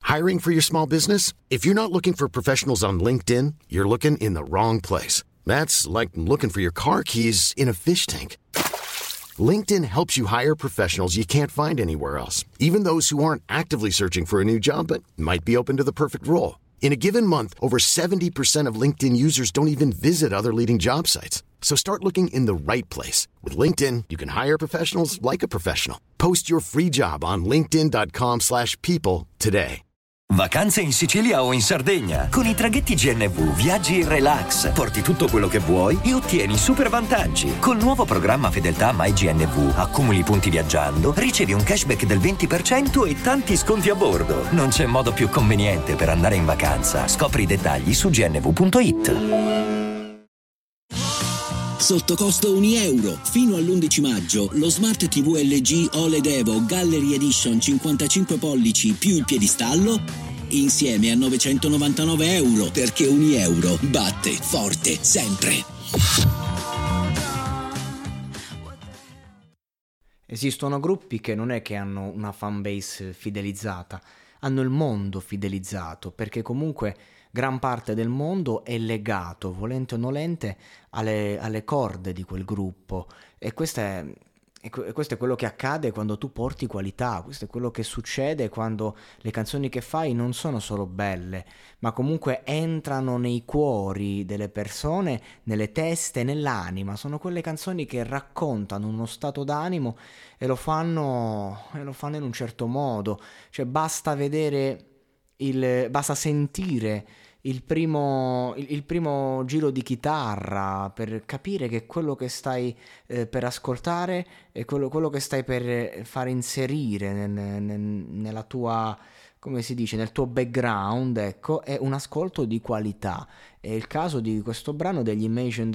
Hiring for your small business? If you're not looking for professionals on LinkedIn, you're looking in the wrong place. That's like looking for your car keys in a fish tank. LinkedIn helps you hire professionals you can't find anywhere else, even those who aren't actively searching for a new job but might be open to the perfect role. In a given month, over 70% of LinkedIn users don't even visit other leading job sites. So start looking in the right place. With LinkedIn, you can hire professionals like a professional. Post your free job on linkedin.com/people today. Vacanze in Sicilia o in Sardegna. Con i traghetti GNV viaggi in relax, porti tutto quello che vuoi e ottieni super vantaggi. Col nuovo programma Fedeltà MyGNV accumuli punti viaggiando, ricevi un cashback del 20% e tanti sconti a bordo. Non c'è modo più conveniente per andare in vacanza. Scopri i dettagli su gnv.it. Sotto costo €1. Fino all'11 maggio lo Smart TV LG OLED Evo Gallery Edition 55 pollici più il piedistallo insieme a €999, perché €1 batte forte sempre. Esistono gruppi che non è che hanno una fanbase fidelizzata, hanno il mondo fidelizzato, perché comunque gran parte del mondo è legato, volente o nolente, alle corde di quel gruppo, e questo è quello che accade quando tu porti qualità, questo è quello che succede quando le canzoni che fai non sono solo belle, ma comunque entrano nei cuori delle persone, nelle teste, nell'anima. Sono quelle canzoni che raccontano uno stato d'animo e lo fanno in un certo modo, cioè basta sentire il primo giro di chitarra per capire che quello che stai per ascoltare è quello che stai per fare inserire nella tua, come si dice, nel tuo background, ecco, è un ascolto di qualità. È il caso di questo brano degli Imagine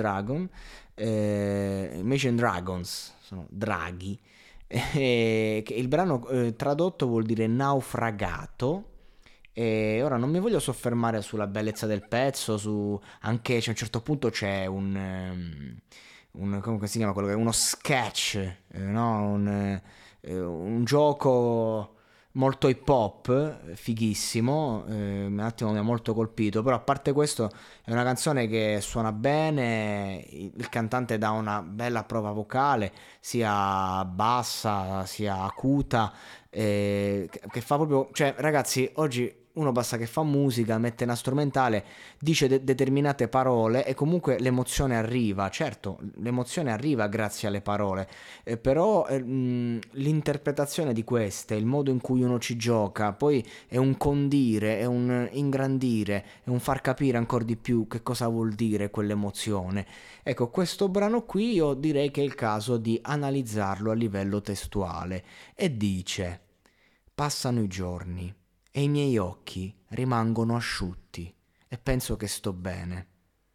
Dragons, sono draghi, che il brano tradotto vuol dire naufragato. E ora non mi voglio soffermare sulla bellezza del pezzo, anche a un certo punto c'è un come si chiama quello che è uno sketch, no? Un gioco molto hip hop, fighissimo, un attimo mi ha molto colpito, però a parte questo è una canzone che suona bene, il cantante dà una bella prova vocale, sia bassa sia acuta, che fa proprio, cioè ragazzi, oggi uno basta che fa musica, mette una strumentale, dice determinate parole e comunque l'emozione arriva. Certo, l'emozione arriva grazie alle parole, però l'interpretazione di queste, il modo in cui uno ci gioca, poi è un condire, è un ingrandire, è un far capire ancora di più che cosa vuol dire quell'emozione. Ecco, questo brano qui io direi che è il caso di analizzarlo a livello testuale, e dice: passano i giorni e i miei occhi rimangono asciutti e penso che sto bene.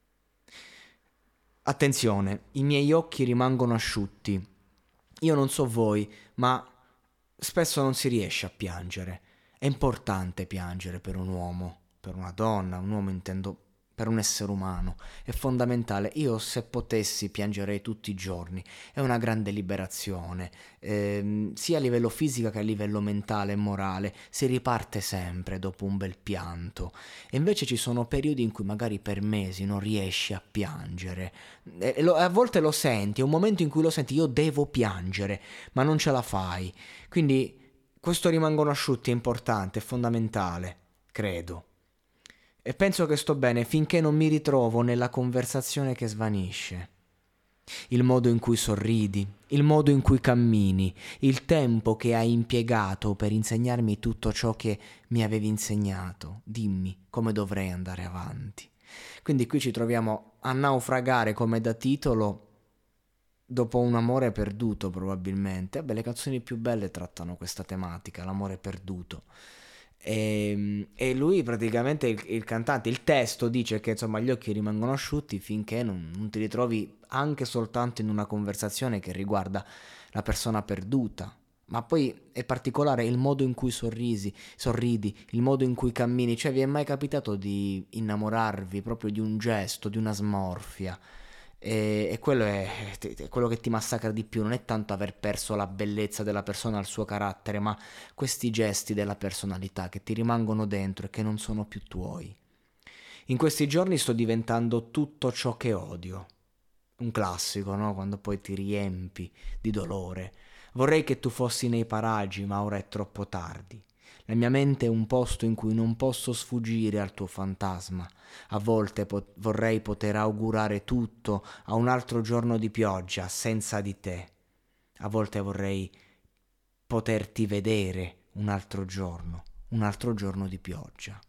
Attenzione, i miei occhi rimangono asciutti. Io non so voi, ma spesso non si riesce a piangere. È importante piangere per un uomo, per una donna, un uomo intendo, per un essere umano. È fondamentale. Io, se potessi, piangerei tutti i giorni. È una grande liberazione, sia a livello fisico che a livello mentale e morale. Si riparte sempre dopo un bel pianto. E invece ci sono periodi in cui magari per mesi non riesci a piangere. A volte lo senti, è un momento in cui lo senti, io devo piangere, ma non ce la fai. Quindi questo rimangono asciutti è importante, è fondamentale, credo. E penso che sto bene finché non mi ritrovo nella conversazione che svanisce. Il modo in cui sorridi, il modo in cui cammini, il tempo che hai impiegato per insegnarmi tutto ciò che mi avevi insegnato. Dimmi come dovrei andare avanti. Quindi qui ci troviamo a naufragare, come da titolo, dopo un amore perduto probabilmente. Le canzoni più belle trattano questa tematica, l'amore perduto. E lui praticamente, il cantante, il testo dice che insomma gli occhi rimangono asciutti finché non ti ritrovi anche soltanto in una conversazione che riguarda la persona perduta. Ma poi è particolare il modo in cui sorridi, il modo in cui cammini. Cioè, vi è mai capitato di innamorarvi proprio di un gesto, di una smorfia? E quello è quello che ti massacra di più, non è tanto aver perso la bellezza della persona, il suo carattere, ma questi gesti della personalità che ti rimangono dentro e che non sono più tuoi. In questi giorni sto diventando tutto ciò che odio. Un classico, no? Quando poi ti riempi di dolore. Vorrei che tu fossi nei paraggi, ma ora è troppo tardi. La mia mente è un posto in cui non posso sfuggire al tuo fantasma. A volte vorrei poter augurare tutto a un altro giorno di pioggia senza di te. A volte vorrei poterti vedere un altro giorno di pioggia.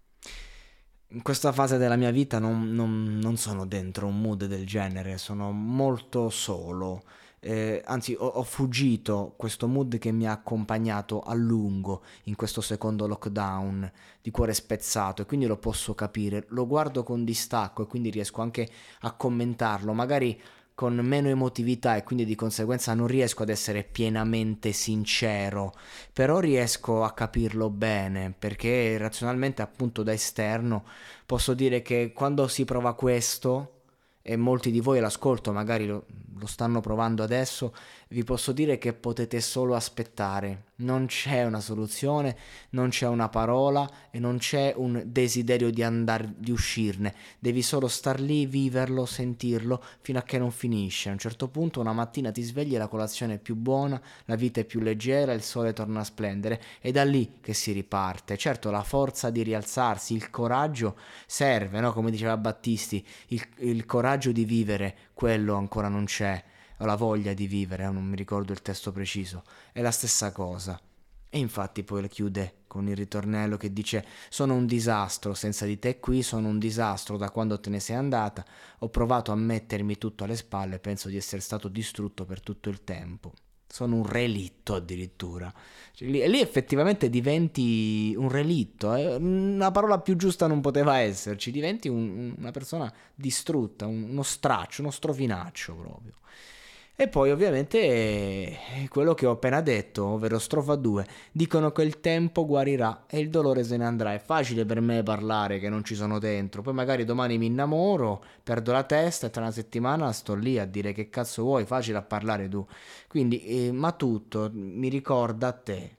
In questa fase della mia vita non sono dentro un mood del genere, sono molto solo. Anzi, ho fuggito questo mood che mi ha accompagnato a lungo in questo secondo lockdown di cuore spezzato, e quindi lo posso capire, lo guardo con distacco e quindi riesco anche a commentarlo, magari con meno emotività, e quindi di conseguenza non riesco ad essere pienamente sincero, però riesco a capirlo bene, perché razionalmente, appunto, da esterno posso dire che quando si prova questo, e molti di voi all'ascolto magari lo stanno provando adesso, vi posso dire che potete solo aspettare. Non c'è una soluzione, non c'è una parola e non c'è un desiderio di uscirne. Devi solo star lì, viverlo, sentirlo fino a che non finisce. A un certo punto una mattina ti svegli e la colazione è più buona, la vita è più leggera, il sole torna a splendere, è da lì che si riparte. Certo, la forza di rialzarsi, il coraggio serve, no? Come diceva Battisti, il coraggio di vivere, quello ancora non c'è. Ho la voglia di vivere, non mi ricordo il testo preciso, è la stessa cosa. E infatti poi le chiude con il ritornello che dice: sono un disastro senza di te qui, sono un disastro da quando te ne sei andata, ho provato a mettermi tutto alle spalle, penso di essere stato distrutto per tutto il tempo. Sono un relitto addirittura. E lì effettivamente diventi un relitto, una parola più giusta non poteva esserci, diventi una persona distrutta, uno straccio, uno strofinaccio proprio. E poi ovviamente quello che ho appena detto, ovvero strofa 2, dicono che il tempo guarirà e il dolore se ne andrà. È facile per me parlare che non ci sono dentro, poi magari domani mi innamoro, perdo la testa e tra una settimana sto lì a dire che cazzo vuoi, facile a parlare tu. Quindi, ma tutto mi ricorda a te.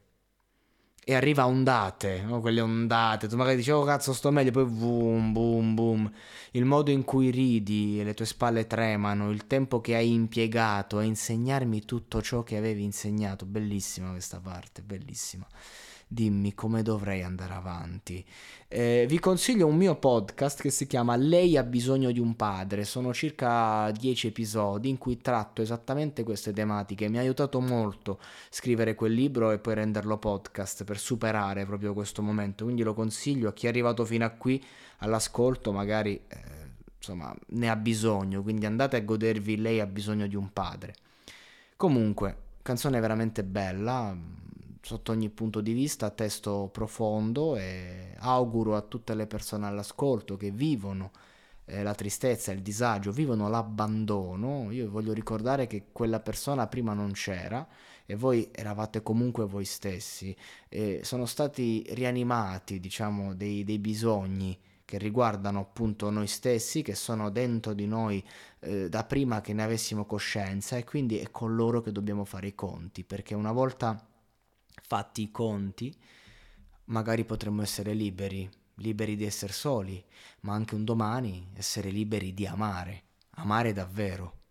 E arriva a ondate, no? Quelle ondate, tu magari dici oh cazzo sto meglio, poi boom boom boom, il modo in cui ridi e le tue spalle tremano, il tempo che hai impiegato a insegnarmi tutto ciò che avevi insegnato, bellissima questa parte, bellissima. Dimmi come dovrei andare avanti. Vi consiglio un mio podcast che si chiama Lei ha bisogno di un padre. Sono circa 10 episodi in cui tratto esattamente queste tematiche. Mi ha aiutato molto scrivere quel libro e poi renderlo podcast per superare proprio questo momento. Quindi lo consiglio a chi è arrivato fino a qui all'ascolto, magari insomma ne ha bisogno. Quindi andate a godervi Lei ha bisogno di un padre. Comunque, canzone veramente bella, sotto ogni punto di vista, testo profondo, e auguro a tutte le persone all'ascolto che vivono la tristezza, il disagio, vivono l'abbandono. Io voglio ricordare che quella persona prima non c'era e voi eravate comunque voi stessi, e sono stati rianimati, diciamo, dei bisogni che riguardano appunto noi stessi, che sono dentro di noi da prima che ne avessimo coscienza, e quindi è con loro che dobbiamo fare i conti, perché una volta fatti i conti magari potremmo essere liberi di essere soli, ma anche un domani essere liberi di amare davvero.